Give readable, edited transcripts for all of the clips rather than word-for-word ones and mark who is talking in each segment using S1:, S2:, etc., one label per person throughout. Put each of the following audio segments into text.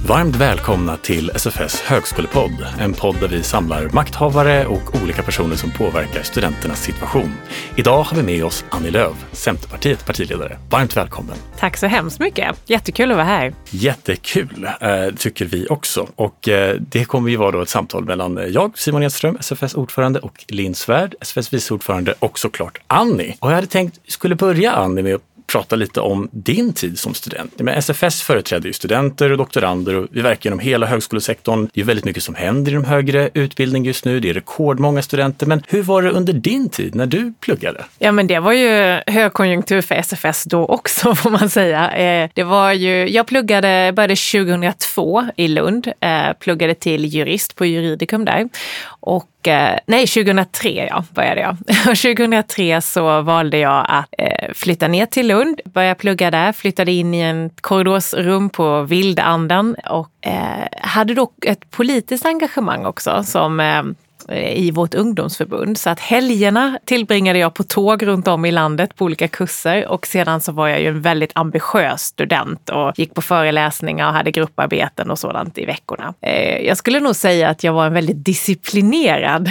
S1: Varmt välkomna till SFS högskolepodd, en podd där vi samlar makthavare och olika personer som påverkar studenternas situation. Idag har vi med oss Annie Lööf, Centerpartiet partiledare. Varmt välkommen.
S2: Tack så hemskt mycket. Jättekul att vara här.
S1: Jättekul, tycker vi också. Och det kommer ju vara då ett samtal mellan jag, Simon Edström, SFS ordförande, och Linn Svärd, SFS vice ordförande, och såklart Annie. Och jag hade tänkt skulle börja, Annie, med att prata lite om din tid som student. Men SFS företräder ju studenter och doktorander och vi verkar inom hela högskolesektorn. Det är väldigt mycket som händer inom högre utbildning just nu. Det är rekordmånga studenter. Men hur var det under din tid när du pluggade?
S2: Ja, men det var ju högkonjunktur för SFS då också, får man säga. Det var ju, jag började 2002 i Lund. Pluggade till jurist på Juridicum där. Och 2003 började jag. Och 2003 så valde jag att flytta ner till Lund, började plugga där, flyttade in i en korridorsrum på Vildandan och hade dock ett politiskt engagemang också som i vårt ungdomsförbund. Så att helgerna tillbringade jag på tåg runt om i landet på olika kurser och sedan så var jag ju en väldigt ambitiös student och gick på föreläsningar och hade grupparbeten och sådant i veckorna. Jag skulle nog säga att jag var en väldigt disciplinerad,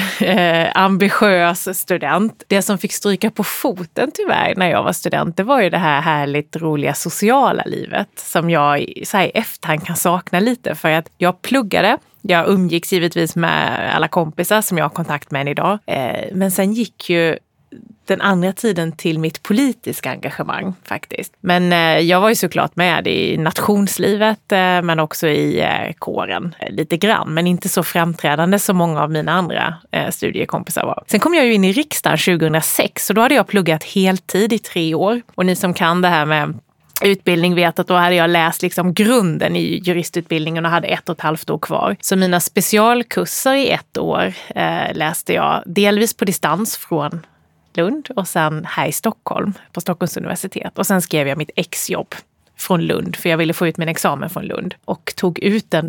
S2: ambitiös student. Det som fick stryka på foten tyvärr när jag var student, det var ju det här härligt roliga sociala livet som jag så här i efterhand kan sakna lite, för att jag pluggade. Jag umgicks givetvis med alla kompisar som jag har kontakt med än idag. Men sen gick ju den andra tiden till mitt politiska engagemang faktiskt. Men jag var ju såklart med i nationslivet men också i kåren lite grann. Men inte så framträdande som många av mina andra studiekompisar var. Sen kom jag ju in i riksdagen 2006 och då hade jag pluggat heltid i 3 år. Och ni som kan det här med utbildning vet att då hade jag läst liksom grunden i juristutbildningen och hade 1,5 år kvar. Så mina specialkurser i 1 år läste jag delvis på distans från Lund och sen här i Stockholm på Stockholms universitet. Och sen skrev jag mitt exjobb från Lund för jag ville få ut min examen från Lund. Och tog ut den då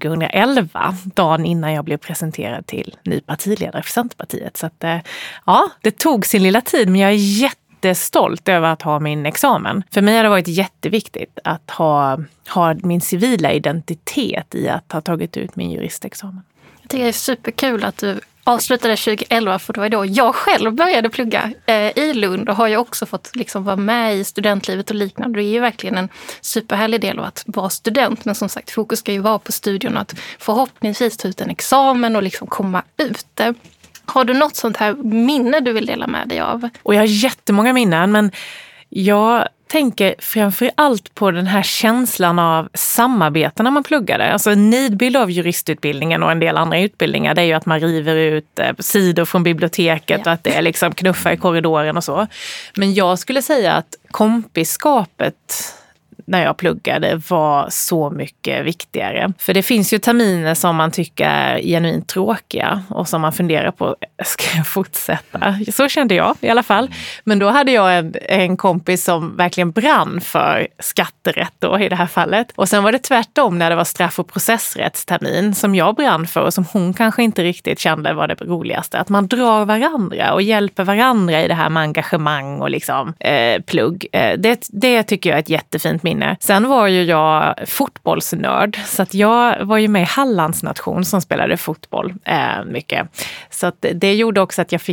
S2: 2011, dagen innan jag blev presenterad till ny partiledare för Centerpartiet. Så att det tog sin lilla tid, men jag är stolt över att ha min examen. För mig har det varit jätteviktigt att ha min civila identitet i att ha tagit ut min juristexamen.
S3: Jag tycker det är superkul att du avslutade 2011, för det var då jag själv började plugga i Lund och har ju också fått liksom vara med i studentlivet och liknande. Det är ju verkligen en superhärlig del av att vara student, men som sagt, fokus ska ju vara på studion och att förhoppningsvis ta ut en examen och liksom komma ut. Har du något sånt här minne du vill dela med dig av?
S2: Och jag har jättemånga minnen, men jag tänker framför allt på den här känslan av samarbete när man pluggade. Alltså en nidbild av juristutbildningen och en del andra utbildningar, det är ju att man river ut sidor från biblioteket och att det är liksom knuffar i korridoren och så. Men jag skulle säga att kompiskapet när jag pluggade var så mycket viktigare. För det finns ju terminer som man tycker är genuint tråkiga och som man funderar på, ska jag fortsätta? Så kände jag i alla fall. Men då hade jag en kompis som verkligen brann för skatterätt då i det här fallet. Och sen var det tvärtom när det var straff- och processrättstermin som jag brann för och som hon kanske inte riktigt kände var det roligaste. Att man drar varandra och hjälper varandra i det här med engagemang och liksom plugg. Det tycker jag är ett jättefint minne. Sen var ju jag fotbollsnörd, så att jag var ju med i Hallands nation som spelade fotboll mycket. Så att det gjorde också att jag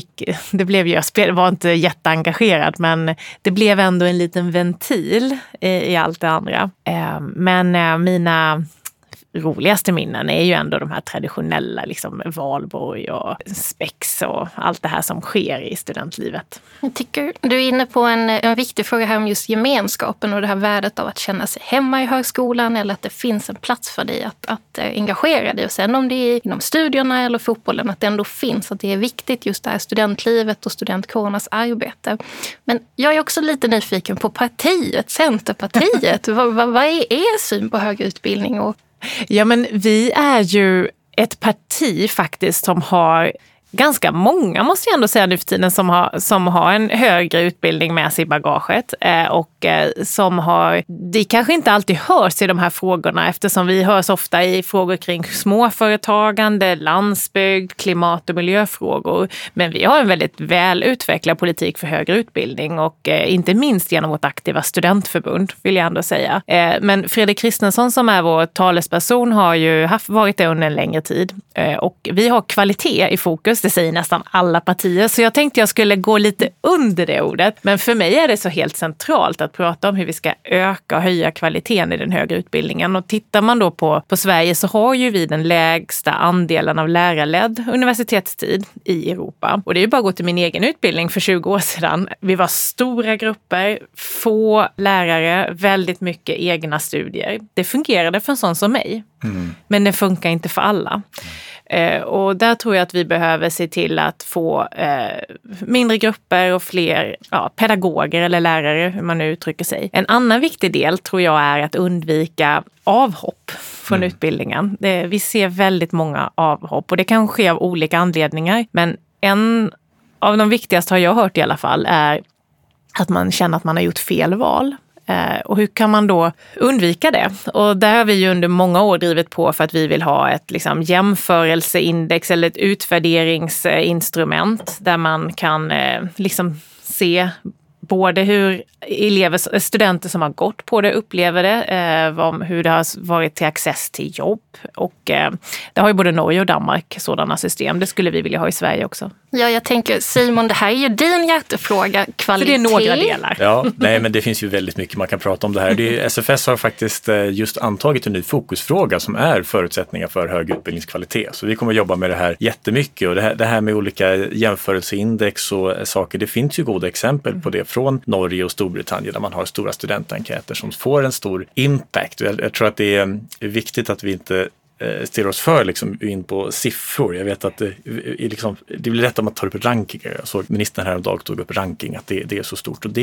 S2: var inte jätteengagerad, men det blev ändå en liten ventil i allt det andra. Men mina roligaste minnen är ju ändå de här traditionella liksom valborg och spex och allt det här som sker i studentlivet.
S3: Jag tycker du är inne på en viktig fråga här om just gemenskapen och det här värdet av att känna sig hemma i högskolan eller att det finns en plats för dig att engagera dig. Och sen om det är inom studierna eller fotbollen, att det ändå finns, att det är viktigt just det här studentlivet och studentkårernas arbete. Men jag är också lite nyfiken på partiet, Centerpartiet. Vad är er syn på högre utbildning?
S2: Ja, men vi är ju ett parti faktiskt som har ganska många, måste jag ändå säga nu för tiden, som har en högre utbildning med sig i bagaget och som har, det kanske inte alltid hörs i de här frågorna eftersom vi hörs ofta i frågor kring småföretagande, landsbygd, klimat- och miljöfrågor. Men vi har en väldigt väl utvecklad politik för högre utbildning och inte minst genom vårt aktiva studentförbund, vill jag ändå säga. Men Fredrik Christensson som är vår talesperson har ju varit det under en längre tid och vi har kvalitet i fokus. Det säger nästan alla partier. Så jag tänkte jag skulle gå lite under det ordet. Men för mig är det så helt centralt att prata om hur vi ska öka och höja kvaliteten i den högre utbildningen. Och tittar man då på Sverige så har ju vi den lägsta andelen av lärarledd universitetstid i Europa. Och det är ju bara att gå till min egen utbildning för 20 år sedan. Vi var stora grupper, få lärare, väldigt mycket egna studier. Det fungerade för en sån som mig. Men det funkar inte för alla. Och där tror jag att vi behöver se till att få mindre grupper och fler pedagoger eller lärare, hur man nu uttrycker sig. En annan viktig del tror jag är att undvika avhopp från utbildningen. Vi ser väldigt många avhopp och det kan ske av olika anledningar. Men en av de viktigaste har jag hört i alla fall är att man känner att man har gjort fel val. Och hur kan man då undvika det? Och där har vi ju under många år drivit på för att vi vill ha ett jämförelseindex eller ett utvärderingsinstrument där man kan se både hur studenter som har gått på det upplever det, hur det har varit till access till jobb. Och det har ju både Norge och Danmark sådana system. Det skulle vi vilja ha i Sverige också.
S3: Ja, jag tänker Simon, det här är ju din hjärtefråga, kvalitet.
S2: För det är några delar.
S1: Ja, nej men det finns ju väldigt mycket man kan prata om det här. SFS har faktiskt just antagit en ny fokusfråga som är förutsättningar för hög utbildningskvalitet. Så vi kommer att jobba med det här jättemycket och det här med olika jämförelseindex och saker, det finns ju goda exempel på det från Norge och Storbritannien där man har stora studentenkäter som får en stor impact. Jag tror att det är viktigt att vi inte stirrar oss för in på siffror. Jag vet att det blir lätt om man tar upp rankingar. Jag såg ministern häromdagen tog upp ranking, att det är så stort. Och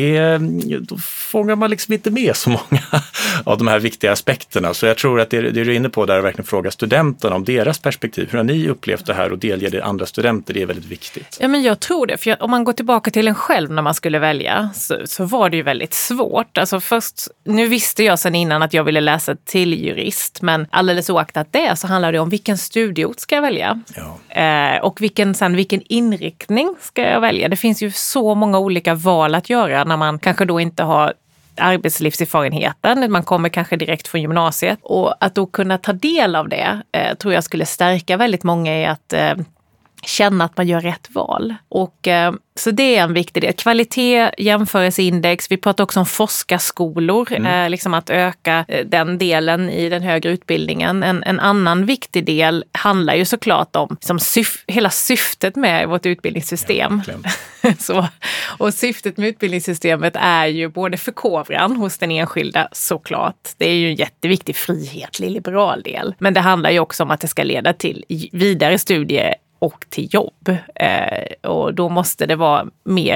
S1: då fångar man inte med så många av de här viktiga aspekterna. Så jag tror att det du är inne på där är verkligen fråga studenterna om deras perspektiv. Hur har ni upplevt det här och delger det andra studenter? Det är väldigt viktigt.
S2: Ja, men jag tror det. För om man går tillbaka till en själv när man skulle välja så var det ju väldigt svårt. Alltså nu visste jag sedan innan att jag ville läsa till jurist, men alldeles oaktat det så handlar det om vilken studieort ska jag välja. Ja. Och vilken inriktning ska jag välja. Det finns ju så många olika val att göra när man kanske då inte har arbetslivserfarenheten. Man kommer kanske direkt från gymnasiet. Och att då kunna ta del av det tror jag skulle stärka väldigt många i att känna att man gör rätt val. Och så det är en viktig del. Kvalitet, jämförelseindex. Vi pratar också om forskarskolor. Att öka den delen i den högre utbildningen. En annan viktig del handlar ju såklart om hela syftet med vårt utbildningssystem. Ja, och syftet med utbildningssystemet är ju både förkovran hos den enskilda såklart. Det är ju en jätteviktig frihetlig liberal del. Men det handlar ju också om att det ska leda till vidare studier och till jobb. Och då måste det vara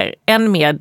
S2: än mer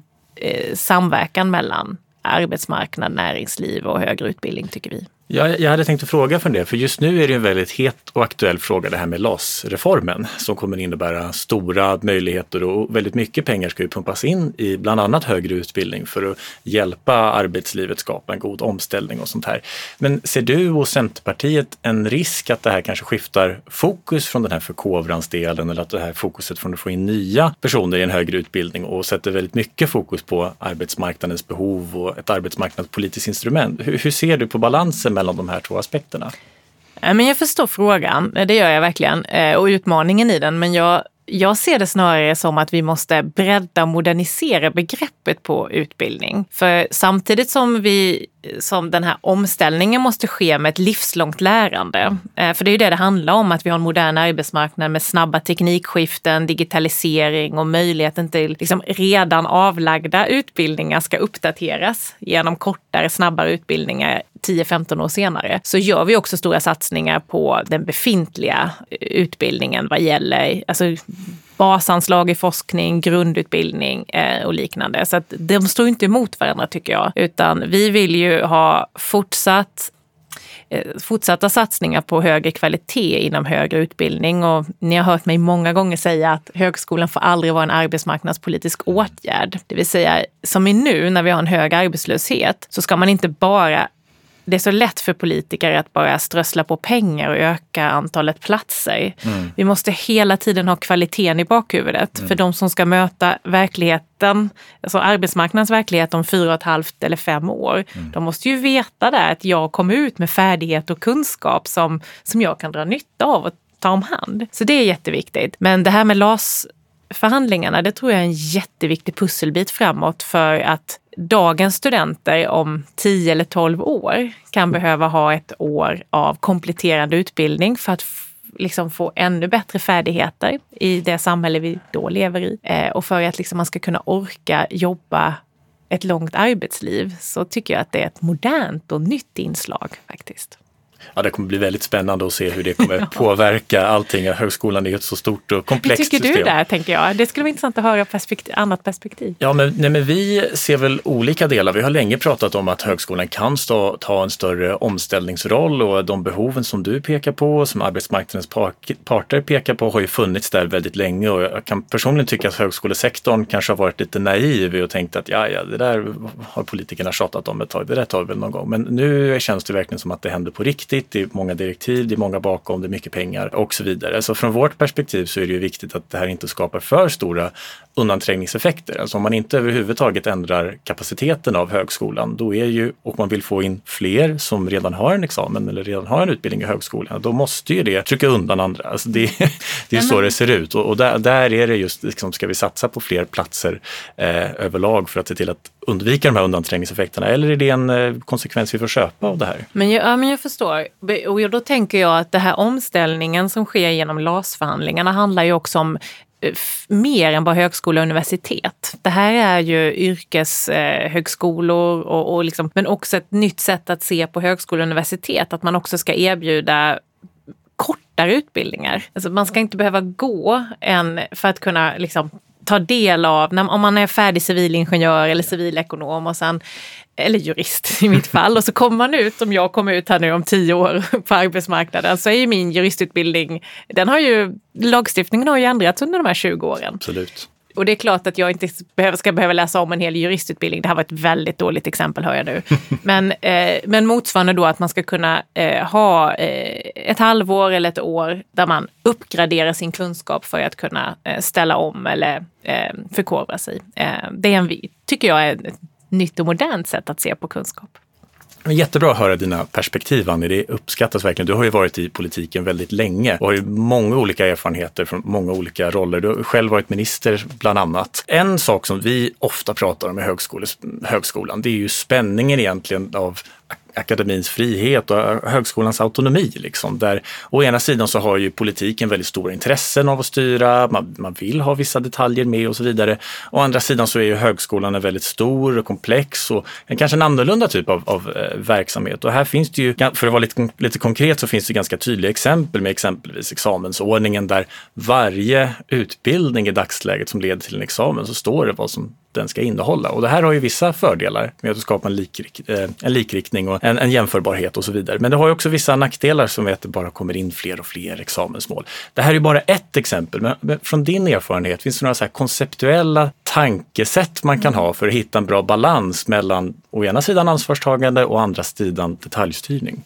S2: samverkan mellan arbetsmarknad, näringsliv och högre utbildning, tycker vi.
S1: Jag hade tänkt att fråga för det, för just nu är det en väldigt het och aktuell fråga det här med LAS-reformen som kommer innebära stora möjligheter och väldigt mycket pengar ska ju pumpas in i bland annat högre utbildning för att hjälpa arbetslivet skapa en god omställning och sånt här. Men ser du och Centerpartiet en risk att det här kanske skiftar fokus från den här förkovransdelen eller att det här fokuset från att få in nya personer i en högre utbildning och sätter väldigt mycket fokus på arbetsmarknadens behov och ett arbetsmarknadspolitiskt instrument? Hur ser du på balansen mellan de här två aspekterna?
S2: Men jag förstår frågan, det gör jag verkligen, och utmaningen i den, men jag ser det snarare som att vi måste bredda och modernisera begreppet på utbildning. För samtidigt som den här omställningen måste ske med ett livslångt lärande. För det är ju det handlar om, att vi har en modern arbetsmarknad med snabba teknikskiften, digitalisering och möjligheten till redan avlagda utbildningar ska uppdateras genom kortare, snabbare utbildningar 10-15 år senare. Så gör vi också stora satsningar på den befintliga utbildningen vad gäller basanslag i forskning, grundutbildning och liknande. Så att de står inte emot varandra, tycker jag. Utan vi vill ju ha fortsatt fortsatta satsningar på högre kvalitet inom högre utbildning. Och ni har hört mig många gånger säga att högskolan får aldrig vara en arbetsmarknadspolitisk åtgärd. Det vill säga, som i nu när vi har en hög arbetslöshet, så ska man inte bara... Det är så lätt för politiker att bara strössla på pengar och öka antalet platser. Vi måste hela tiden ha kvaliteten i bakhuvudet. För de som ska möta verkligheten, alltså arbetsmarknadens verklighet om 4,5 eller 5 år. De måste ju veta där att jag kommer ut med färdighet och kunskap som jag kan dra nytta av och ta om hand. Så det är jätteviktigt. Men det här med LAS-förhandlingarna, det tror jag är en jätteviktig pusselbit framåt för att dagens studenter om 10 eller 12 år kan behöva ha ett år av kompletterande utbildning för att liksom få ännu bättre färdigheter i det samhälle vi då lever i. Och för att liksom man ska kunna orka jobba ett långt arbetsliv, så tycker jag att det är ett modernt och nytt inslag faktiskt.
S1: Ja, det kommer bli väldigt spännande att se hur det kommer påverka allting. Högskolan är ju ett så stort och komplext system.
S2: Hur tycker du där, tänker jag? Det skulle vara intressant att höra annat perspektiv.
S1: Ja, men vi ser väl olika delar. Vi har länge pratat om att högskolan kan ta en större omställningsroll, och de behoven som du pekar på, som arbetsmarknadens parter pekar på, har ju funnits där väldigt länge. Och jag kan personligen tycka att högskolesektorn kanske har varit lite naiv och tänkt att det där har politikerna tjatat om ett tag. Det där tar vi väl någon gång. Men nu känns det verkligen som att det händer på riktigt. Det är många direktiv, det är många bakom, det är mycket pengar och så vidare. Så från vårt perspektiv så är det ju viktigt att det här inte skapar för stora undanträngningseffekter. Alltså om man inte överhuvudtaget ändrar kapaciteten av högskolan, då är ju, och man vill få in fler som redan har en examen eller redan har en utbildning i högskolan, då måste ju det trycka undan andra. Alltså det är så det ser ut. Och där är det just, liksom, ska vi satsa på fler platser överlag för att se till att undvika de här undanträngningseffekterna, eller är det en konsekvens vi får köpa av det här?
S2: Men jag förstår. Och då tänker jag att det här omställningen som sker genom LAS-förhandlingarna handlar ju också om mer än bara högskola och universitet. Det här är ju yrkeshögskolor och liksom, men också ett nytt sätt att se på högskola och universitet, att man också ska erbjuda kortare utbildningar. Alltså man ska inte behöva gå för att kunna liksom ta del av, om man är färdig civilingenjör eller civilekonom och sen, eller jurist i mitt fall, och så kommer man ut, om jag kommer ut här nu om 10 år på arbetsmarknaden, så är ju min juristutbildning, lagstiftningen har ju ändrats under de här 20 åren.
S1: Absolut.
S2: Och det är klart att jag inte ska behöva läsa om en hel juristutbildning. Det här var ett väldigt dåligt exempel, hör jag nu. Men motsvarande då att man ska kunna ha ett halvår eller ett år där man uppgraderar sin kunskap för att kunna ställa om eller förkovra sig. Det tycker jag är ett nytt och modernt sätt att se på kunskap.
S1: Jättebra att höra dina perspektiv, Annie. Det uppskattas verkligen. Du har ju varit i politiken väldigt länge och har ju många olika erfarenheter från många olika roller. Du har själv varit minister bland annat. En sak som vi ofta pratar om i högskolan, det är ju spänningen egentligen av akademins frihet och högskolans autonomi. Liksom, där å ena sidan så har ju politiken väldigt stora intressen av att styra, man vill ha vissa detaljer med och så vidare. Å andra sidan så är ju högskolan en väldigt stor och komplex och kanske en annorlunda typ av verksamhet. Och här finns det ju, för att vara lite konkret, så finns det ganska tydliga exempel med exempelvis examensordningen, där varje utbildning i dagsläget som leder till en examen, så står det vad som den ska innehålla. Och det här har ju vissa fördelar med att skapa en likriktning och en jämförbarhet och så vidare. Men det har ju också vissa nackdelar som är att det bara kommer in fler och fler examensmål. Det här är ju bara ett exempel, men från din erfarenhet, finns det några så här konceptuella tankesätt man kan ha för att hitta en bra balans mellan å ena sidan ansvarstagande och andra sidan detaljstyrning?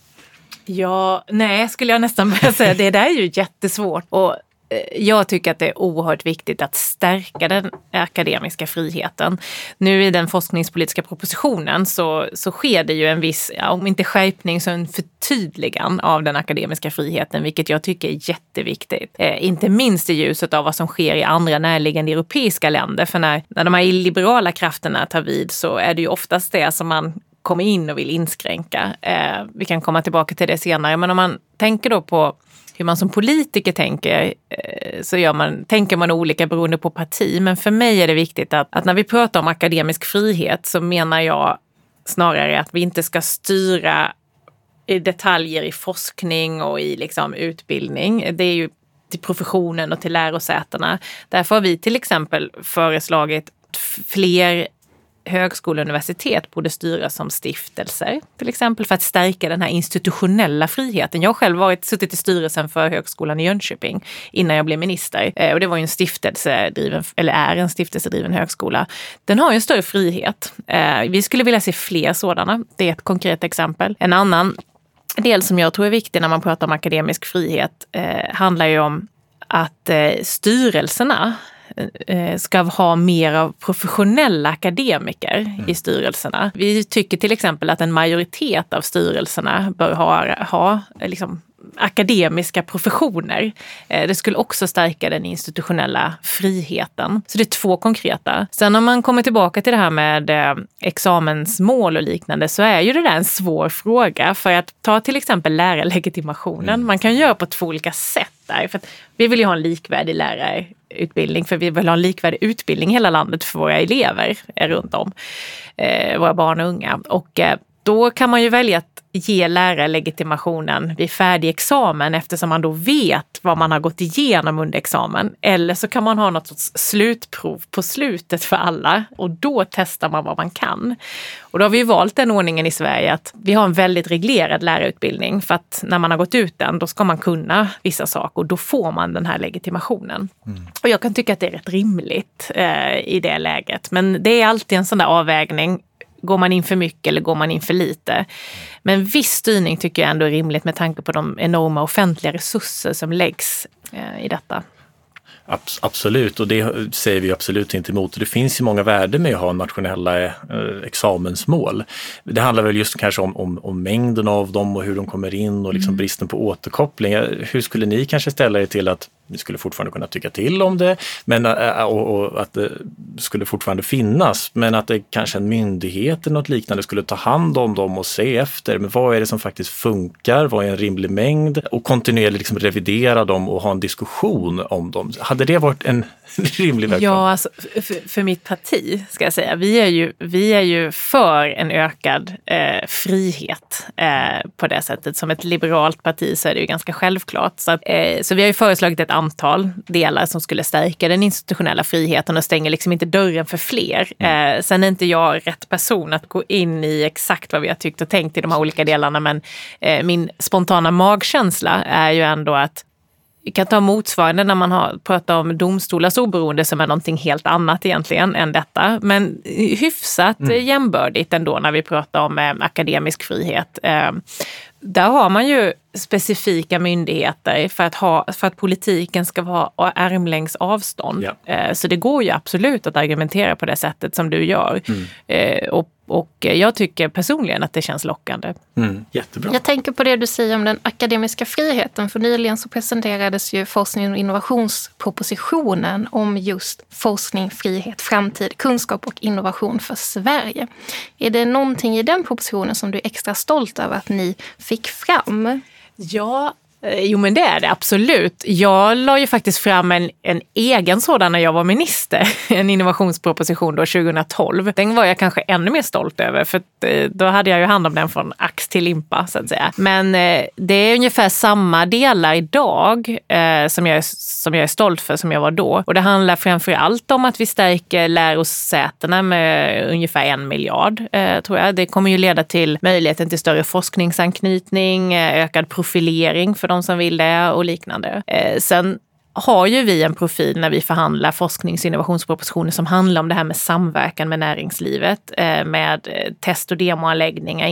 S2: Ja, skulle jag nästan börja säga. Det där är ju jättesvårt. Och jag tycker att det är oerhört viktigt att stärka den akademiska friheten. Nu i den forskningspolitiska propositionen så sker det ju en viss, om inte skärpning så en förtydligan av den akademiska friheten, vilket jag tycker är jätteviktigt. Inte minst i ljuset av vad som sker i andra närliggande europeiska länder. För när de här liberala krafterna tar vid, så är det ju oftast det som man kommer in och vill inskränka. Vi kan komma tillbaka till det senare, men om man tänker då på hur man som politiker tänker, så tänker man olika beroende på parti. Men för mig är det viktigt att när vi pratar om akademisk frihet, så menar jag snarare att vi inte ska styra i detaljer i forskning och i liksom utbildning. Det är ju till professionen och till lärosätena. Därför har vi till exempel föreslagit fler högskolor och universitet borde styras som stiftelser, till exempel, för att stärka den här institutionella friheten. Jag har själv suttit i styrelsen för Högskolan i Jönköping innan jag blev minister. Och det var ju en stiftelsedriven, eller är en stiftelsedriven högskola. Den har ju en större frihet. Vi skulle vilja se fler sådana. Det är ett konkret exempel. En annan del som jag tror är viktig när man pratar om akademisk frihet handlar ju om att styrelserna ska ha mer av professionella akademiker i styrelserna. Vi tycker till exempel att en majoritet av styrelserna bör ha liksom akademiska professioner. Det skulle också stärka den institutionella friheten. Så det är 2 konkreta. Sen om man kommer tillbaka till det här med examensmål och liknande, så är ju det där en svår fråga. För att ta till exempel lärarlegitimationen. Man kan göra på 2 olika sätt där. För att vi vill ju ha en likvärdig lärarutbildning, för vi vill ha en likvärdig utbildning i hela landet för våra elever runt om. Våra barn och unga. Och då kan man ju välja att ge lärarlegitimationen vid färdig examen, eftersom man då vet vad man har gått igenom under examen. Eller så kan man ha något sorts slutprov på slutet för alla, och då testar man vad man kan. Och då har vi valt den ordningen i Sverige att vi har en väldigt reglerad lärarutbildning, för att när man har gått ut den, då ska man kunna vissa saker och då får man den här legitimationen. Och jag kan tycka att det är rätt rimligt i det läget. Men det är alltid en sån där avvägning. Går man in för mycket eller går man in för lite? Men viss styrning tycker jag ändå är rimligt med tanke på de enorma offentliga resurser som läggs i detta.
S1: Absolut, och det säger vi absolut inte emot. Det finns ju många värden med att ha nationella examensmål. Det handlar väl just kanske om mängden av dem och hur de kommer in och liksom bristen på återkoppling. Hur skulle ni kanske ställa er till att ni skulle fortfarande kunna tycka till om det, men, och att det skulle fortfarande finnas, men att det kanske en myndighet eller något liknande skulle ta hand om dem och se efter, men vad är det som faktiskt funkar, vad är en rimlig mängd, och kontinuerligt liksom revidera dem och ha en diskussion om dem. Hade det varit en rimlig väg?
S2: Ja, alltså, för mitt parti ska jag säga, vi är ju för en ökad frihet på det sättet. Som ett liberalt parti så är det ju ganska självklart. Så vi har ju föreslagit ett antal delar som skulle stärka den institutionella friheten och stänger liksom inte dörren för fler. Sen är inte jag rätt person att gå in i exakt vad vi har tyckt och tänkt i de här olika delarna, men min spontana magkänsla är ju ändå att vi kan ta motsvarande när man har pratat om domstolars oberoende, som är någonting helt annat egentligen än detta. Men hyfsat jämbördigt ändå när vi pratar om akademisk frihet. Där har man ju specifika myndigheter för att politiken ska vara armlängds avstånd. Ja. Så det går ju absolut att argumentera på det sättet som du gör. Och jag tycker personligen att det känns lockande.
S1: Jättebra.
S3: Jag tänker på det du säger om den akademiska friheten. För nyligen så presenterades ju forsknings- och innovationspropositionen om just forskning, frihet, framtid, kunskap och innovation för Sverige. Är det någonting i den propositionen som du är extra stolt över att ni fick fram?
S2: Ja, jo men det är det absolut. Jag la ju faktiskt fram en egen sådan när jag var minister, en innovationsproposition då 2012. Den var jag kanske ännu mer stolt över, för då hade jag ju hand om den från ax till limpa så att säga. Men det är ungefär samma delar idag som jag är stolt för som jag var då. Och det handlar framförallt om att vi stärker lärosätena med ungefär 1 miljard tror jag. Det kommer ju leda till möjligheten till större forskningsanknytning, ökad profilering för de som vill det och liknande. Sen har ju vi en profil när vi förhandlar forsknings- och innovationspropositioner som handlar om det här med samverkan med näringslivet, med test- och demoanläggningar,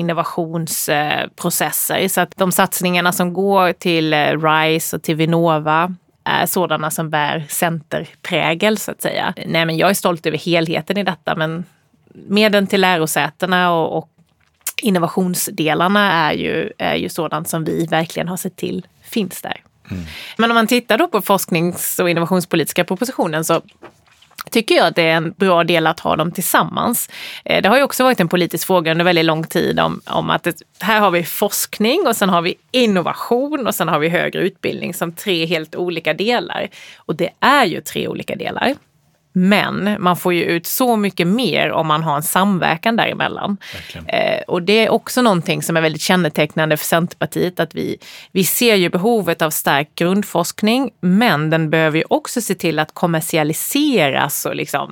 S2: innovationsprocesser. Så att de satsningarna som går till RISE och till Vinnova är sådana som bär centerprägel så att säga. Nej, men jag är stolt över helheten i detta, men medlen till lärosätena och innovationsdelarna är ju sådant som vi verkligen har sett till finns där. Men om man tittar då på forsknings- och innovationspolitiska propositionen så tycker jag att det är en bra del att ha dem tillsammans. Det har ju också varit en politisk fråga under väldigt lång tid om att här har vi forskning och sen har vi innovation och sen har vi högre utbildning som 3 helt olika delar. Och det är ju 3 olika delar. Men man får ju ut så mycket mer om man har en samverkan däremellan. Och det är också någonting som är väldigt kännetecknande för Centerpartiet, att vi ser ju behovet av stark grundforskning, men den behöver ju också se till att kommersialiseras och liksom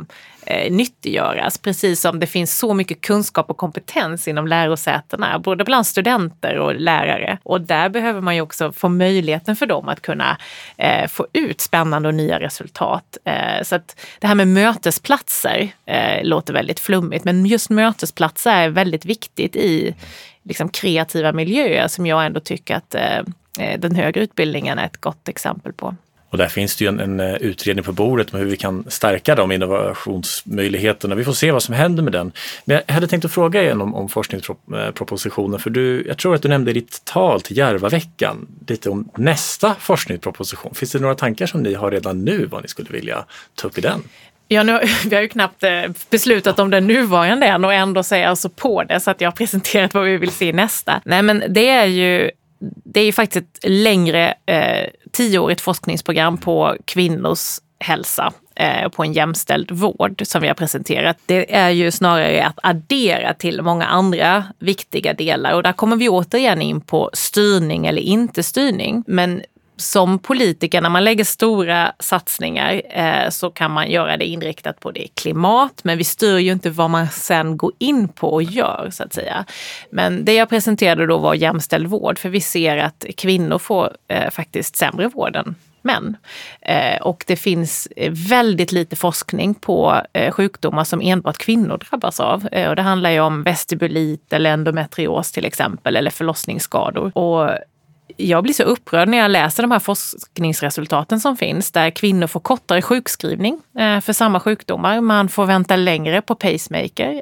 S2: nyttiggöras. Precis som det finns så mycket kunskap och kompetens inom lärosätena, både bland studenter och lärare. Och där behöver man ju också få möjligheten för dem att kunna få ut spännande och nya resultat. Så att det här med mötesplatser låter väldigt flummigt, men just mötesplatser är väldigt viktigt i liksom kreativa miljöer som jag ändå tycker att den högre utbildningen är ett gott exempel på.
S1: Och där finns det ju en utredning på bordet om hur vi kan stärka de innovationsmöjligheterna. Vi får se vad som händer med den. Men jag hade tänkt att fråga igen om forskningspropositionen. För jag tror att du nämnde i ditt tal till Järvaveckan lite om nästa forskningsproposition. Finns det några tankar som ni har redan nu vad ni skulle vilja ta upp i den?
S2: Ja, vi har ju knappt beslutat om den nuvarande än och ändå säger alltså på det så att jag har presenterat vad vi vill se nästa. Nej, men det är ju faktiskt ett längre 10-årigt forskningsprogram på kvinnors hälsa på en jämställd vård som vi har presenterat. Det är ju snarare att addera till många andra viktiga delar och där kommer vi återigen in på styrning eller inte styrning. Men som politiker, när man lägger stora satsningar så kan man göra det inriktat på det klimat, men vi styr ju inte vad man sen går in på och gör så att säga. Men det jag presenterade då var jämställd vård, för vi ser att kvinnor får faktiskt sämre vård än män. Och det finns väldigt lite forskning på sjukdomar som enbart kvinnor drabbas av. Och det handlar ju om vestibulit eller endometrios till exempel, eller förlossningsskador. Och jag blir så upprörd när jag läser de här forskningsresultaten som finns där kvinnor får kortare sjukskrivning för samma sjukdomar. Man får vänta längre på pacemaker.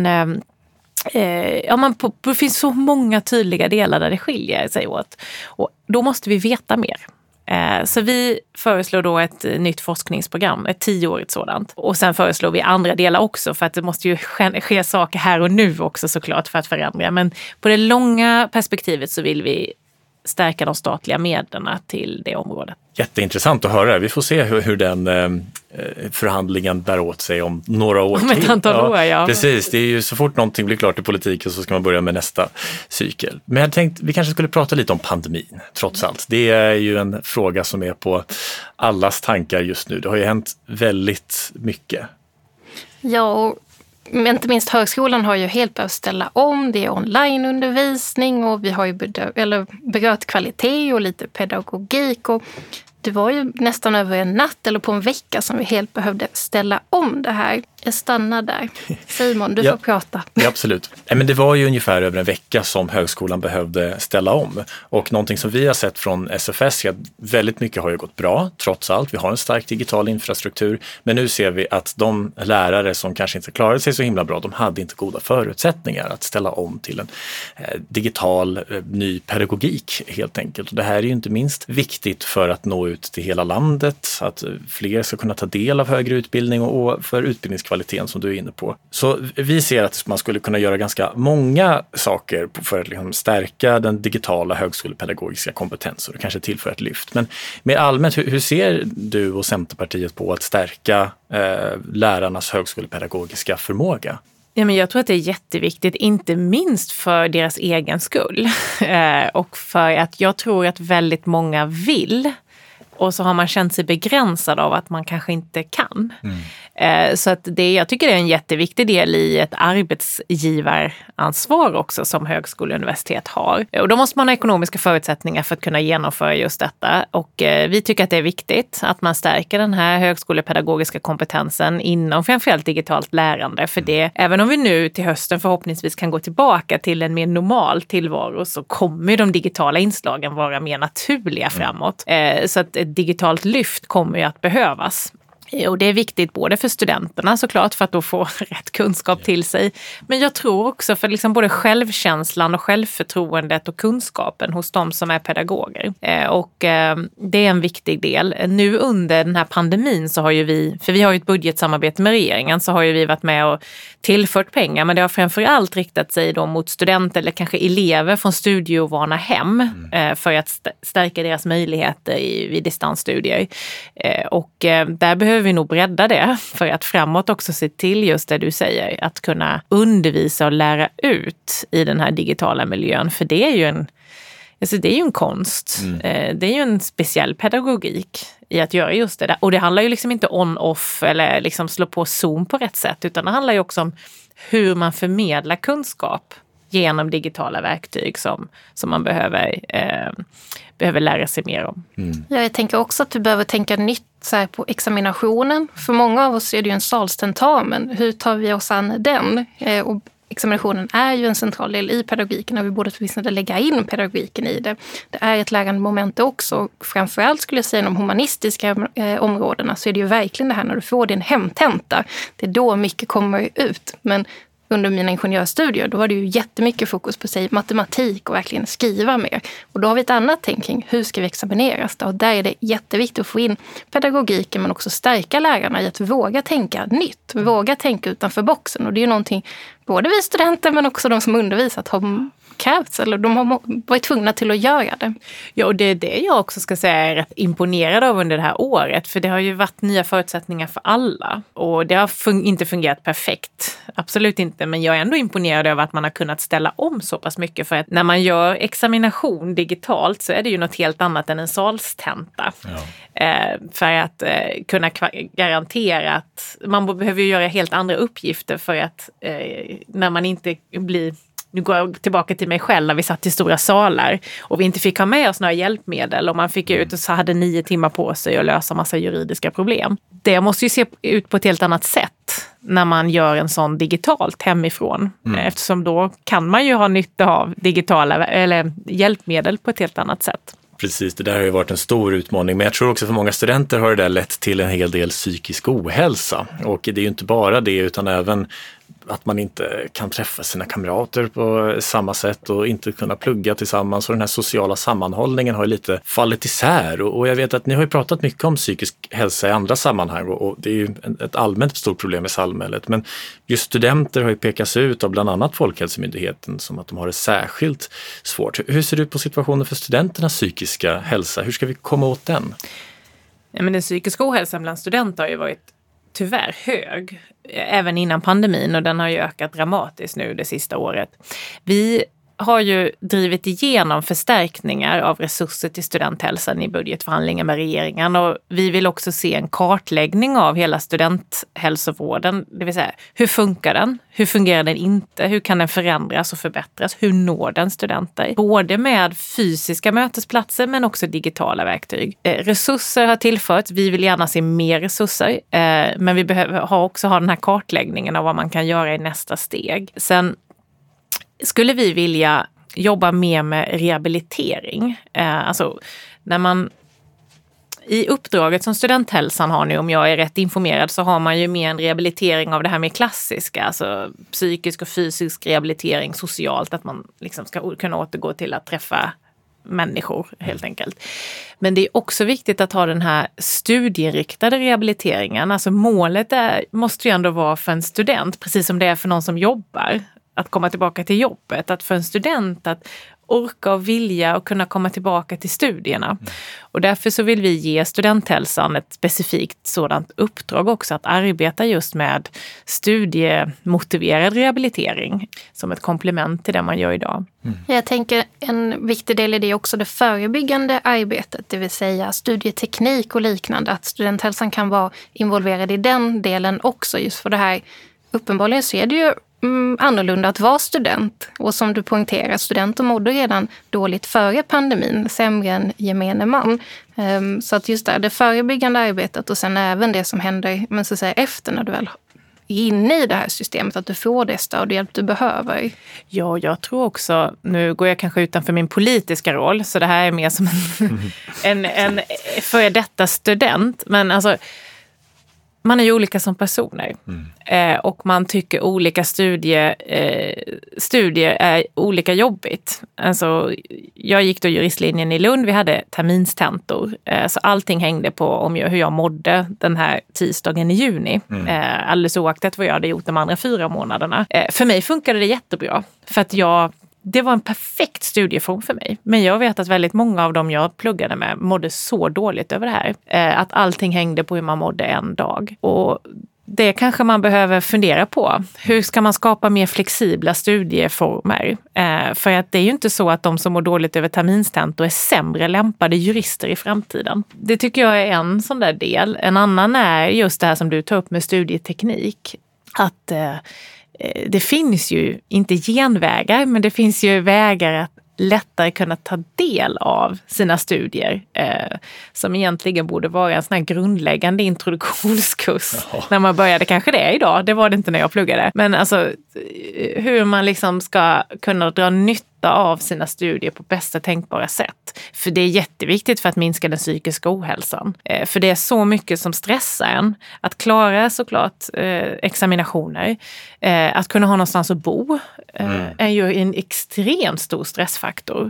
S2: Det finns så många tydliga delar där det skiljer sig åt. Och då måste vi veta mer. Så vi föreslår då ett nytt forskningsprogram, ett 10-årigt sådant. Och sen föreslår vi andra delar också för att det måste ju ske saker här och nu också såklart för att förändra. Men på det långa perspektivet så vill vi stärka de statliga medlen till det området.
S1: Jätteintressant att höra. Vi får se hur den förhandlingen bär åt sig om några år till.
S2: Om ett antal år, ja.
S1: Precis, det är ju så fort någonting blir klart i politiken så ska man börja med nästa cykel. Men jag tänkte vi kanske skulle prata lite om pandemin, trots allt. Det är ju en fråga som är på allas tankar just nu. Det har ju hänt väldigt mycket.
S3: Ja, men inte minst högskolan har ju helt behövt ställa om. Det är onlineundervisning och vi har ju berört kvalitet och lite pedagogik. Och det var ju nästan över en natt eller på en vecka som vi helt behövde ställa om det här. Jag stannar där. Simon, du får prata.
S1: Ja, absolut. Men det var ju ungefär över en vecka som högskolan behövde ställa om. Och någonting som vi har sett från SFS är att väldigt mycket har ju gått bra, trots allt. Vi har en stark digital infrastruktur. Men nu ser vi att de lärare som kanske inte klarade sig så himla bra, de hade inte goda förutsättningar att ställa om till en digital ny pedagogik helt enkelt. Och det här är ju inte minst viktigt för att nå ut till hela landet, att fler ska kunna ta del av högre utbildning och för utbildningskvaliteten som du är inne på. Så vi ser att man skulle kunna göra ganska många saker för att liksom stärka den digitala högskolepedagogiska kompetensen och kanske tillföra ett lyft. Men mer allmänt, hur ser du och Centerpartiet på att stärka lärarnas högskolepedagogiska förmåga?
S2: Ja, men jag tror att det är jätteviktigt, inte minst för deras egen skull. Och för att jag tror att väldigt många vill. Och så har man känt sig begränsad av att man kanske inte kan. Så att jag tycker det är en jätteviktig del i ett arbetsgivaransvar också som högskola och universitet har. Och då måste man ha ekonomiska förutsättningar för att kunna genomföra just detta. Och vi tycker att det är viktigt att man stärker den här högskolepedagogiska kompetensen inom framförallt digitalt lärande. För det, även om vi nu till hösten förhoppningsvis kan gå tillbaka till en mer normal tillvaro så kommer de digitala inslagen vara mer naturliga framåt. Så att ett digitalt lyft kommer ju att behövas. Och det är viktigt både för studenterna såklart för att då få rätt kunskap till sig. Men jag tror också för liksom både självkänslan och självförtroendet och kunskapen hos de som är pedagoger. Och det är en viktig del. Nu under den här pandemin så har ju vi har ju ett budgetsamarbete med regeringen, så har ju vi varit med och tillfört pengar. Men det har framförallt riktat sig då mot studenter eller kanske elever från studieovana hem för att stärka deras möjligheter vid distansstudier. Och där behöver vi nog bredda det för att framåt också se till just det du säger, att kunna undervisa och lära ut i den här digitala miljön. För det är ju Alltså det är ju en konst. Det är ju en speciell pedagogik i att göra just det där. Och det handlar ju liksom inte on-off eller liksom slå på zoom på rätt sätt, utan det handlar ju också om hur man förmedlar kunskap genom digitala verktyg som man behöver lära sig mer om.
S3: Ja, jag tänker också att du behöver tänka nytt så här, på examinationen. För många av oss är det ju en salstentamen. Hur tar vi oss an den? Och examinationen är ju en central del i pedagogiken och vi borde åtminstone lägga in pedagogiken i det. Det är ett lärande moment också. Framförallt skulle jag säga de humanistiska områdena så är det ju verkligen det här när du får din hemtenta. Det är då mycket kommer ut. Men under mina ingenjörsstudier, då var det ju jättemycket fokus på sig matematik och verkligen skriva mer. Och då har vi ett annat tänking, hur ska vi examineras då? Och där är det jätteviktigt att få in pedagogiken men också stärka lärarna i att våga tänka nytt, våga tänka utanför boxen. Och det är ju någonting både vi studenter men också de som undervisat har krävts eller de har varit tvungna till att göra det.
S2: Ja, och det är det jag också ska säga är rätt imponerad av under det här året. För det har ju varit nya förutsättningar för alla. Och det har inte fungerat perfekt. Absolut inte. Men jag är ändå imponerad över att man har kunnat ställa om så pass mycket. För att när man gör examination digitalt så är det ju något helt annat än en salstenta. Ja. För att kunna garantera att man behöver göra helt andra uppgifter för att när man inte blir... Nu går jag tillbaka till mig själv när vi satt i stora salar och vi inte fick ha med oss några hjälpmedel och man fick ut och så hade 9 timmar på sig att lösa massa juridiska problem. Det måste ju se ut på ett helt annat sätt när man gör en sån digitalt hemifrån. Eftersom då kan man ju ha nytta av digitala eller hjälpmedel på ett helt annat sätt.
S1: Precis, det där har ju varit en stor utmaning, men jag tror också för många studenter har det där lett till en hel del psykisk ohälsa. Och det är ju inte bara det utan även att man inte kan träffa sina kamrater på samma sätt och inte kunna plugga tillsammans. Och den här sociala sammanhållningen har ju lite fallit isär. Och jag vet att ni har ju pratat mycket om psykisk hälsa i andra sammanhang och det är ju ett allmänt stort problem i samhället. Men just studenter har ju pekats ut av bland annat Folkhälsomyndigheten som att de har det särskilt svårt. Hur ser det ut på situationen för studenternas psykiska hälsa? Hur ska vi komma åt den?
S2: Ja, men den psykiska ohälsan bland studenter har ju varit tyvärr hög, även innan pandemin, och den har ju ökat dramatiskt nu det sista året. Vi har ju drivit igenom förstärkningar av resurser till studenthälsan i budgetförhandlingar med regeringen och vi vill också se en kartläggning av hela studenthälsovården, det vill säga hur funkar den? Hur fungerar den inte? Hur kan den förändras och förbättras? Hur når den studenter? Både med fysiska mötesplatser men också digitala verktyg. Resurser har tillförts. Vi vill gärna se mer resurser men vi behöver också ha den här kartläggningen av vad man kan göra i nästa steg. Sen skulle vi vilja jobba mer med rehabilitering. Alltså när man i uppdraget som studenthälsan har nu, om jag är rätt informerad, så har man ju mer en rehabilitering av det här med klassiska, alltså psykisk och fysisk rehabilitering socialt, att man liksom ska kunna återgå till att träffa människor helt enkelt. Men det är också viktigt att ha den här studieinriktade rehabiliteringen. Alltså målet måste ju ändå vara för en student, precis som det är för någon som jobbar, att komma tillbaka till jobbet, att för en student att orka och vilja och kunna komma tillbaka till studierna. Och därför så vill vi ge studenthälsan ett specifikt sådant uppdrag också, att arbeta just med studiemotiverad rehabilitering som ett komplement till det man gör idag.
S3: Jag tänker en viktig del i det är också det förebyggande arbetet, det vill säga studieteknik och liknande, att studenthälsan kan vara involverad i den delen också, just för det här. Uppenbarligen så är det ju annorlunda att vara student. Och som du poängterar, studenter mådde redan dåligt före pandemin, sämre än gemene man. Så att just det förebyggande arbetet och sen även det som händer men så att säga, efter när du väl är inne i det här systemet, att du får det stöd och hjälp du behöver.
S2: Ja, jag tror också, nu går jag kanske utanför min politiska roll, så det här är mer som en före detta student, men alltså man är ju olika som personer och man tycker olika studier är olika jobbigt. Alltså, jag gick då juristlinjen i Lund, vi hade terminstentor. Så allting hängde på hur jag mådde den här tisdagen i juni. Alldeles oaktat vad jag hade gjort de andra 4 månaderna. För mig funkade det jättebra för att det var en perfekt studieform för mig. Men jag vet att väldigt många av dem jag pluggade med mådde så dåligt över det här. Att allting hängde på hur man mådde en dag. Och det kanske man behöver fundera på. Hur ska man skapa mer flexibla studieformer? För att det är ju inte så att de som mår dåligt över terminstentor är sämre lämpade jurister i framtiden. Det tycker jag är en sån där del. En annan är just det här som du tar upp med studieteknik. Att det finns ju inte genvägar, men det finns ju vägar att lättare kunna ta del av sina studier som egentligen borde vara en sån här grundläggande introduktionskurs. När man började, kanske det idag, det var det inte när jag pluggade. Men alltså hur man liksom ska kunna dra nytta av sina studier på bästa tänkbara sätt. För det är jätteviktigt för att minska den psykiska ohälsan. För det är så mycket som stressar en. Att klara såklart examinationer, att kunna ha någonstans att bo är ju en extremt stor stressfaktor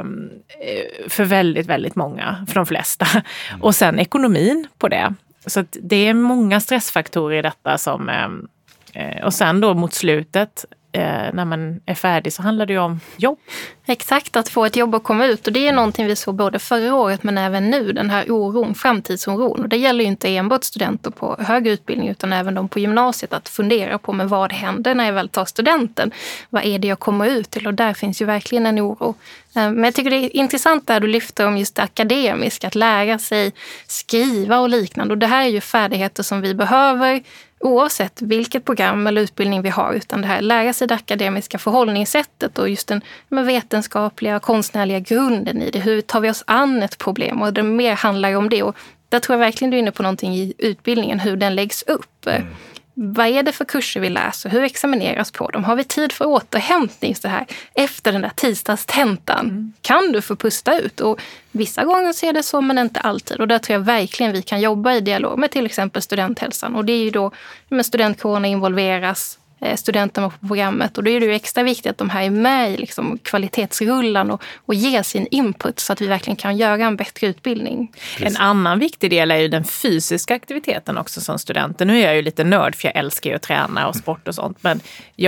S2: för väldigt, väldigt många, för de flesta. Och sen ekonomin på det. Så att det är många stressfaktorer i detta som... och sen då mot slutet, när man är färdig, så handlar det ju om jobb.
S3: Exakt, att få ett jobb och komma ut. Och det är någonting vi såg både förra året men även nu, den här oron, framtidsoron. Och det gäller ju inte enbart studenter på högre utbildning utan även de på gymnasiet, att fundera på men vad händer när jag väl tar studenten? Vad är det jag kommer ut till? Och där finns ju verkligen en oro. Men jag tycker det är intressant där du lyfter om just det akademiska, att lära sig skriva och liknande. Och det här är ju färdigheter som vi behöver oavsett vilket program eller utbildning vi har, utan det här lära sig det akademiska förhållningssättet och just den vetenskapliga, konstnärliga grunden i det. Hur tar vi oss an ett problem? Och det mer handlar om det. Och där tror jag verkligen du är inne på någonting i utbildningen, hur den läggs upp. Vad är det för kurser vi läser? Hur examineras på dem? Har vi tid för återhämtning så här efter den där tisdagstentan? Kan du få pusta ut? Och vissa gånger så är det så, men inte alltid. Och där tror jag verkligen vi kan jobba i dialog med till exempel studenthälsan. Och det är ju då med studentkårerna involveras, studenterna på programmet. Och då är det ju extra viktigt att de här är med i liksom kvalitetsrullan och ger sin input så att vi verkligen kan göra en bättre utbildning.
S2: En annan viktig del är ju den fysiska aktiviteten också som studenter. Nu är jag ju lite nörd för jag älskar ju att träna och sport och sånt. Men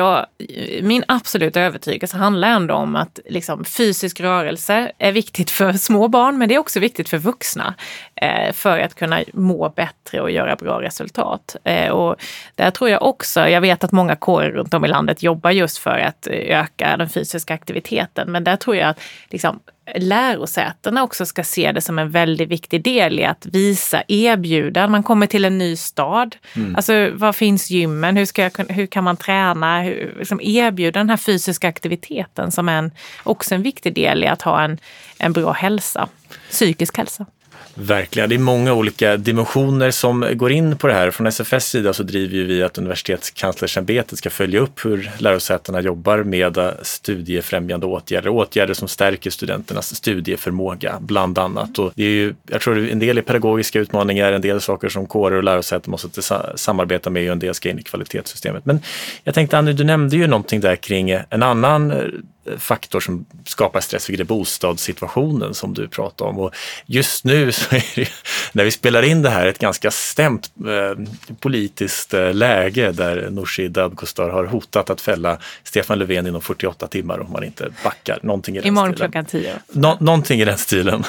S2: min absoluta övertygelse handlar ändå om att liksom, fysisk rörelse är viktigt för små barn, men det är också viktigt för vuxna för att kunna må bättre och göra bra resultat. Och där tror jag också, jag vet att många kårer runt om i landet jobbar just för att öka den fysiska aktiviteten. Men där tror jag att liksom, lärosätena också ska se det som en väldigt viktig del i att erbjuda. Man kommer till en ny stad. Alltså, var finns gymmen? Hur kan man träna? Liksom erbjuda den här fysiska aktiviteten som också en viktig del i att ha en bra hälsa. Psykisk hälsa.
S1: Verkligen. Det är många olika dimensioner som går in på det här. Från SFS sida så driver vi att Universitetskanslersämbetet ska följa upp hur lärosätena jobbar med studiefrämjande åtgärder som stärker studenternas studieförmåga bland annat. Och det är ju, jag tror en del är pedagogiska utmaningar, en del saker som kårer och lärosäten måste samarbeta med och en del ska in i kvalitetssystemet. Men jag tänkte, Annie, du nämnde ju någonting där kring en annan faktor som skapar stress, vilket är bostadssituationen som du pratade om. Och just nu så är det, när vi spelar in det här, ett ganska stämt politiskt läge där Nooshi Dadgostar har hotat att fälla Stefan Löfven inom 48 timmar om man inte backar. Någonting i den
S2: imorgon
S1: stilen.
S2: klockan 10.
S1: Någonting i den stilen.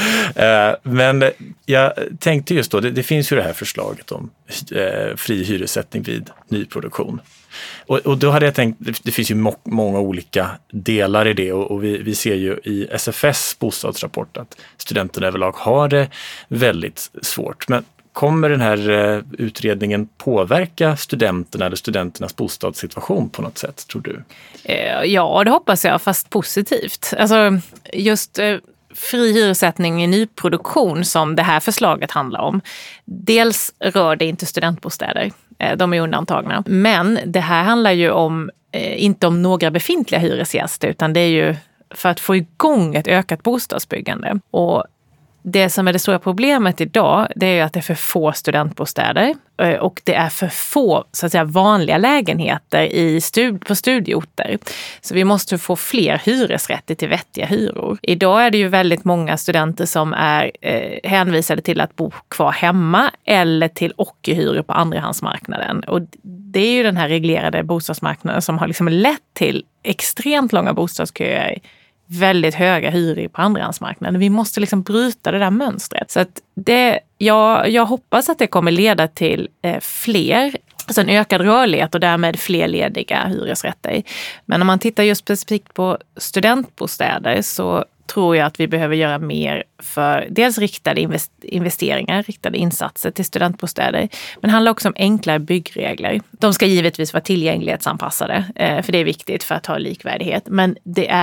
S1: Men jag tänkte just då, det finns ju det här förslaget om fri hyressättning vid nyproduktion. Och då hade jag tänkt, det finns ju många olika delar i det och vi ser ju i SFS bostadsrapport att studenterna överlag har det väldigt svårt. Men kommer den här utredningen påverka studenterna eller studenternas bostadssituation på något sätt, tror du?
S2: Ja, det hoppas jag, fast positivt. Alltså just fri hyressättning i nyproduktion som det här förslaget handlar om. Dels rör det inte studentbostäder. De är undantagna. Men det här handlar ju inte om några befintliga hyresgäster utan det är ju för att få igång ett ökat bostadsbyggande. Och det som är det stora problemet idag, det är ju att det är för få studentbostäder och det är för få så att säga, vanliga lägenheter på studieorter. Så vi måste få fler hyresrätter till vettiga hyror. Idag är det ju väldigt många studenter som är hänvisade till att bo kvar hemma eller till ockerhyror på andrahandsmarknaden. Och det är ju den här reglerade bostadsmarknaden som har liksom lett till extremt långa bostadsköer väldigt höga hyror på andrahandsmarknaden. Vi måste liksom bryta det där mönstret. Så att jag hoppas att det kommer leda till fler, alltså en ökad rörlighet och därmed fler lediga hyresrätter. Men om man tittar just specifikt på studentbostäder så tror jag att vi behöver göra mer för dels riktade investeringar, riktade insatser till studentbostäder. Men det handlar också om enklare byggregler. De ska givetvis vara tillgänglighetsanpassade, för det är viktigt för att ha likvärdighet. Men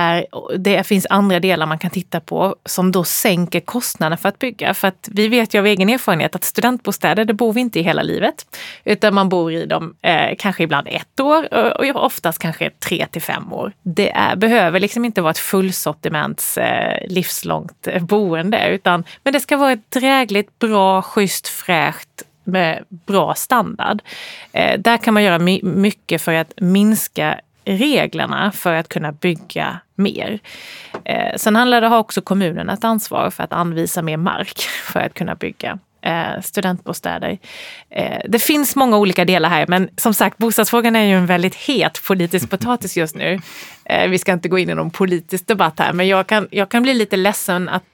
S2: det finns andra delar man kan titta på som då sänker kostnaden för att bygga. För att vi vet ju av egen erfarenhet att studentbostäder, det bor vi inte i hela livet. Utan man bor i dem kanske ibland 1 år och oftast kanske 3 till 5 år. Det behöver liksom inte vara ett fullsortiments livslångt boende. Men det ska vara ett drägligt, bra, schysst, fräscht med bra standard. Där kan man göra mycket för att minska reglerna för att kunna bygga mer. Sen handlar det om också kommunerna ett ansvar för att anvisa mer mark för att kunna bygga studentbostäder. Det finns många olika delar här, men som sagt, bostadsfrågan är ju en väldigt het politisk potatis just nu. Vi ska inte gå in i någon politisk debatt här, men jag kan bli lite ledsen att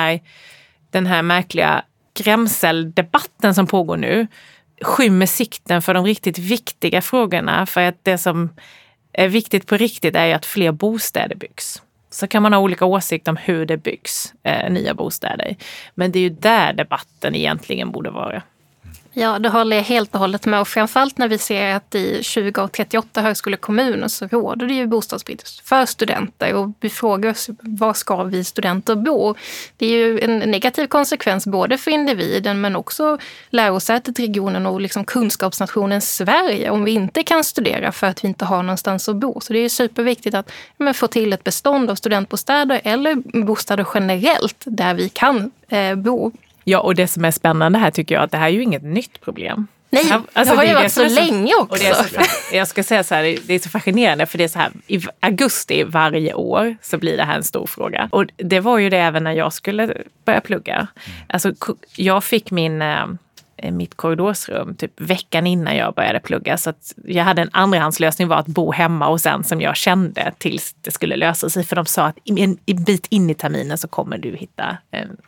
S2: den här märkliga skrämseldebatten som pågår nu skymmer sikten för de riktigt viktiga frågorna. För att det som är viktigt på riktigt är ju att fler bostäder byggs. Så kan man ha olika åsikter om hur det byggs nya bostäder. Men det är ju där debatten egentligen borde vara.
S3: Ja, det håller jag helt och hållet med. Och framförallt när vi ser att i 20 av 38 högskolekommuner så råder det ju bostadsbrist för studenter. Och vi frågar oss, var ska vi studenter bo? Det är ju en negativ konsekvens både för individen men också lärosätet, regionen och liksom kunskapsnationen Sverige om vi inte kan studera för att vi inte har någonstans att bo. Så det är ju superviktigt att få till ett bestånd av studentbostäder eller bostäder generellt där vi kan bo.
S2: Ja, och det som är spännande här tycker jag att det här är ju inget nytt problem.
S3: Nej, det har ju varit så länge också.
S2: Jag ska säga så här, det är så fascinerande för det är så här, i augusti varje år så blir det här en stor fråga. Och det var ju det även när jag skulle börja plugga. Alltså jag fick mitt korridorsrum typ veckan innan jag började plugga. Så att jag hade en andrahandslösning var att bo hemma och sen som jag kände tills det skulle lösa sig. För de sa att en bit in i terminen så kommer du hitta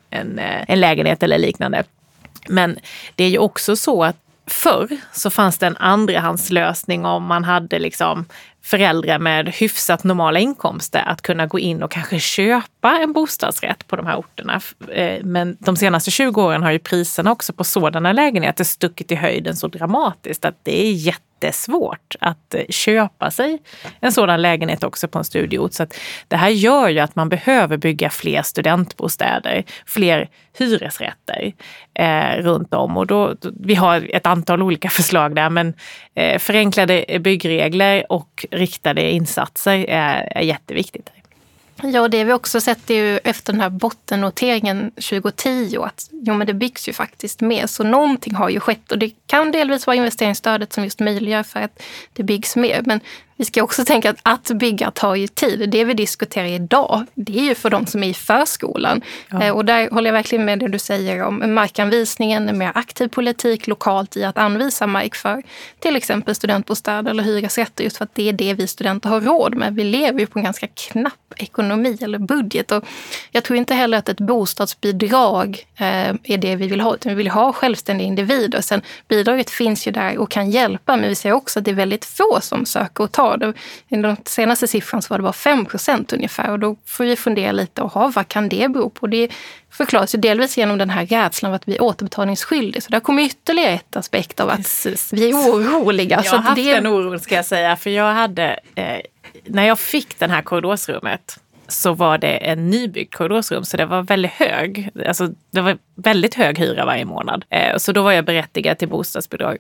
S2: en lägenhet eller liknande. Men det är ju också så att förr så fanns det en andrahandslösning om man hade liksom föräldrar med hyfsat normala inkomster att kunna gå in och kanske köpa en bostadsrätt på de här orterna. Men de senaste 20 åren har ju priserna också på sådana lägenheter stuckit i höjden så dramatiskt att det är jättesvårt att köpa sig en sådan lägenhet också på en studieort. Så att det här gör ju att man behöver bygga fler studentbostäder, fler hyresrätter runt om. Och då, vi har ett antal olika förslag där, men förenklade byggregler och riktade insatser är jätteviktigt.
S3: Ja, det vi också sett är ju efter den här bottennoteringen 2010 att men det byggs ju faktiskt mer. Så någonting har ju skett och det kan delvis vara investeringsstödet som just möjliggör för att det byggs mer. Men vi ska också tänka att bygga tar ju tid. Det vi diskuterar idag, det är ju för de som är i förskolan. Ja. Och där håller jag verkligen med det du säger om markanvisningen, en mer aktiv politik lokalt i att anvisa mark för till exempel studentbostäder eller hyresrätter just för att det är det vi studenter har råd med. Vi lever ju på en ganska knapp ekonomi eller budget och jag tror inte heller att ett bostadsbidrag är det vi vill ha utan vi vill ha självständiga individer. Sen bidraget finns ju där och kan hjälpa men vi ser också att det är väldigt få som söker och tar. I den senaste siffran så var det bara 5% ungefär och då får vi fundera lite och vad kan det bero på? Det förklaras ju delvis genom den här rädslan av att vi är återbetalningsskyldiga. Så där kommer ytterligare ett aspekt av att vi är oroliga.
S2: Jag har haft den oron ska jag säga för jag hade, när jag fick den här korridorsrummet så var det en nybyggd korridorsrum så det var väldigt hög, alltså det var väldigt hög hyra varje månad. Så då var jag berättigad till bostadsbidrag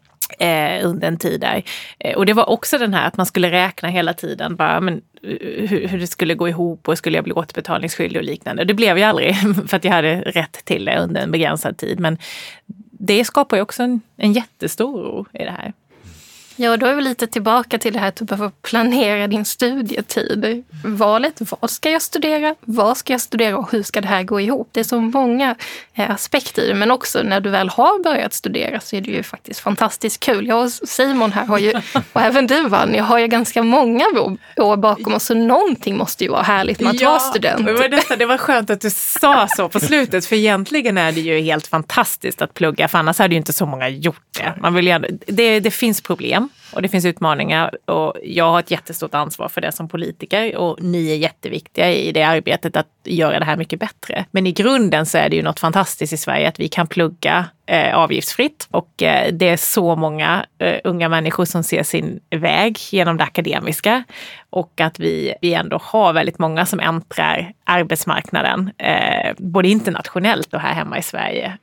S2: under en tid där. Och det var också den här att man skulle räkna hela tiden bara, men hur det skulle gå ihop och skulle jag bli återbetalningsskyldig och liknande. Det blev jag aldrig för att jag hade rätt till det under en begränsad tid. Men det skapar ju också en jättestor oro i det här.
S3: Ja, då är vi lite tillbaka till det här att du behöver planera din studietid. Valet, vad ska jag studera? Vad ska jag studera och hur ska det här gå ihop? Det är så många aspekter i det, men också när du väl har börjat studera så är det ju faktiskt fantastiskt kul. Jag och Simon här har ju, och även du Vanni, har ju ganska många år bakom oss, så någonting måste ju vara härligt med att vara student.
S2: Det var skönt att du sa så på slutet, för egentligen är det ju helt fantastiskt att plugga, för annars hade ju inte så många gjort det. Man vill gärna, det finns problem och det finns utmaningar, och jag har ett jättestort ansvar för det som politiker, och ni är jätteviktiga i det arbetet att göra det här mycket bättre. Men i grunden så är det ju något fantastiskt i Sverige att vi kan plugga avgiftsfritt, och det är så många unga människor som ser sin väg genom det akademiska, och att vi ändå har väldigt många som äntrar arbetsmarknaden både internationellt och här hemma i Sverige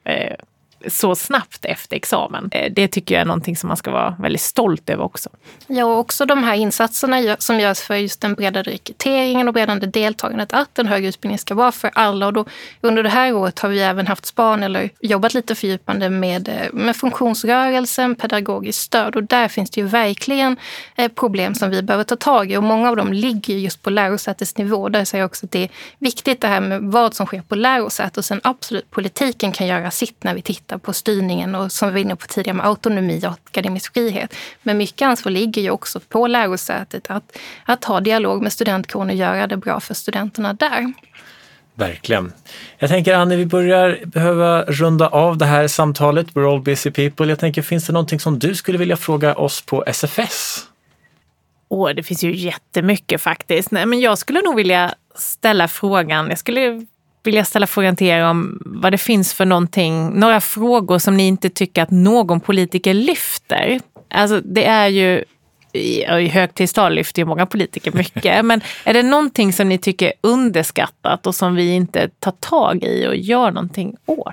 S2: så snabbt efter examen. Det tycker jag är någonting som man ska vara väldigt stolt över också.
S3: Ja, och också de här insatserna som görs för just den bredare rekryteringen och bredare deltagandet, att den högre utbildningen ska vara för alla. Och då, under det här året har vi även haft span eller jobbat lite fördjupande med funktionsrörelsen, pedagogiskt stöd, och där finns det ju verkligen problem som vi behöver ta tag i, och många av dem ligger just på lärosätesnivå. Där säger jag också att det är viktigt det här med vad som sker på lärosätet, och sen absolut politiken kan göra sitt när vi tittar på styrningen och som vi var inne på tidigare med autonomi och akademisk frihet. Men mycket ansvar ligger ju också på lärosätet att ha dialog med studentkåren och göra det bra för studenterna där.
S1: Verkligen. Jag tänker, Annie, vi börjar behöva runda av det här samtalet. We're all busy people. Jag tänker, finns det någonting som du skulle vilja fråga oss på SFS?
S2: Det finns ju jättemycket faktiskt. Nej, men jag skulle nog vilja ställa frågan. Jag skulle vilja ställa frågan till er om vad det finns för några frågor som ni inte tycker att någon politiker lyfter. Alltså det är ju, i högtidstal lyfter ju många politiker mycket, men är det någonting som ni tycker är underskattat och som vi inte tar tag i och gör någonting åt?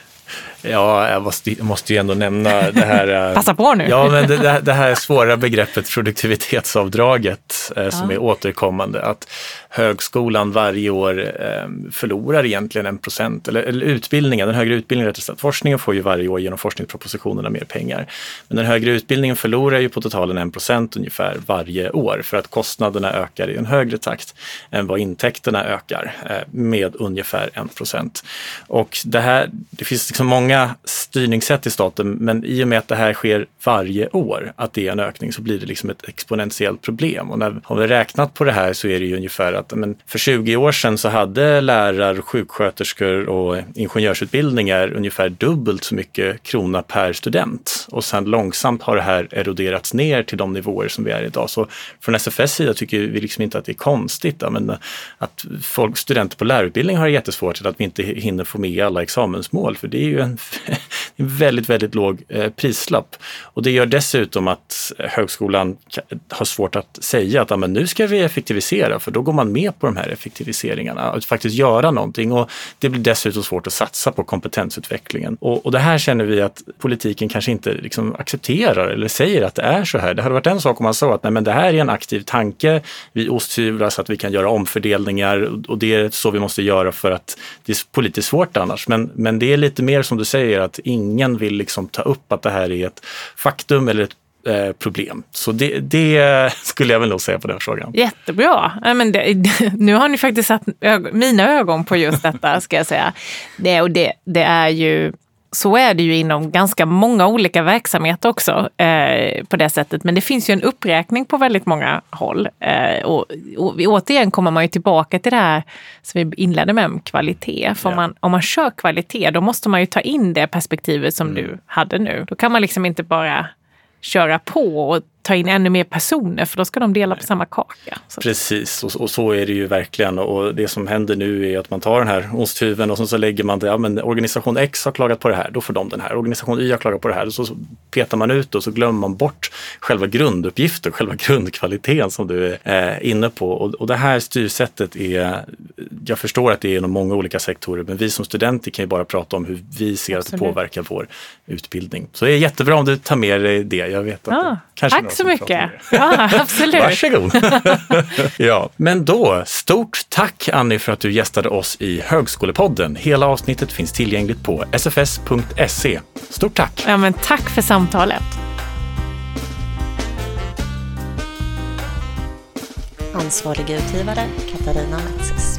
S1: Ja, jag måste ju ändå nämna det här...
S2: Passa på nu!
S1: Ja, men det här svåra begreppet produktivitetsavdraget som är återkommande. Att högskolan varje år förlorar egentligen 1%, eller utbildningen, den högre utbildningen rättare sagt. Forskningen får ju varje år genom forskningspropositionerna mer pengar. Men den högre utbildningen förlorar ju på totalen 1% ungefär varje år, för att kostnaderna ökar i en högre takt än vad intäkterna ökar med ungefär 1%. Och det finns liksom många styrningssätt i staten, men i och med att det här sker varje år, att det är en ökning, så blir det liksom ett exponentiellt problem. Och har vi räknat på det här så är det ju ungefär att för 20 år sedan så hade lärare, sjuksköterskor och ingenjörsutbildningar ungefär dubbelt så mycket krona per student. Och sen långsamt har det här eroderats ner till de nivåer som vi är idag. Så från SFS sida tycker vi liksom inte att det är konstigt att studenter på lärarutbildning har jättesvårt att vi inte hinner få med alla examensmål, för det är ju en väldigt, väldigt låg prislapp. Och det gör dessutom att högskolan har svårt att säga att men nu ska vi effektivisera, för då går man med på de här effektiviseringarna, att faktiskt göra någonting, och det blir dessutom svårt att satsa på kompetensutvecklingen. Och det här känner vi att politiken kanske inte liksom accepterar eller säger att det är så här. Det hade varit en sak om man sa att nej, men det här är en aktiv tanke, vi osthyvlar så att vi kan göra omfördelningar, och det är så vi måste göra för att det är politiskt svårt annars. Men det är lite mer som du säger, att ingen vill liksom ta upp att det här är ett faktum eller ett problem. Så det skulle jag väl nog säga på den frågan.
S2: Jättebra. Men nu har ni faktiskt satt mina ögon på just detta, ska jag säga. Det är ju, så är det ju inom ganska många olika verksamheter också på det sättet. Men det finns ju en uppräkning på väldigt många håll. Och återigen kommer man ju tillbaka till det här som vi inledde med kvalitet. För om man kör kvalitet, då måste man ju ta in det perspektivet som du hade nu. Då kan man liksom inte bara köra på och ta in ännu mer personer, för då ska de dela på samma kaka.
S1: Precis, och så är det ju verkligen. Och det som händer nu är att man tar den här osthyveln och så lägger man det, men organisation X har klagat på det här, då får de den här. Organisation Y har klagat på det här, och så petar man ut och så glömmer man bort själva grunduppgiften, själva grundkvaliteten som du är inne på. Och det här styrsättet jag förstår att det är inom många olika sektorer, men vi som studenter kan ju bara prata om hur vi ser att det påverkar vår utbildning. Så det är jättebra om du tar med dig det. Jag vet att kanske
S2: tack så mycket. Ja, absolut.
S1: Varsågod. Ja, men då, stort tack Annie för att du gästade oss i Högskolepodden. Hela avsnittet finns tillgängligt på sfs.se. Stort tack.
S2: Ja, men tack för samtalet.
S4: Ansvarig utgivare Katarina Metzes.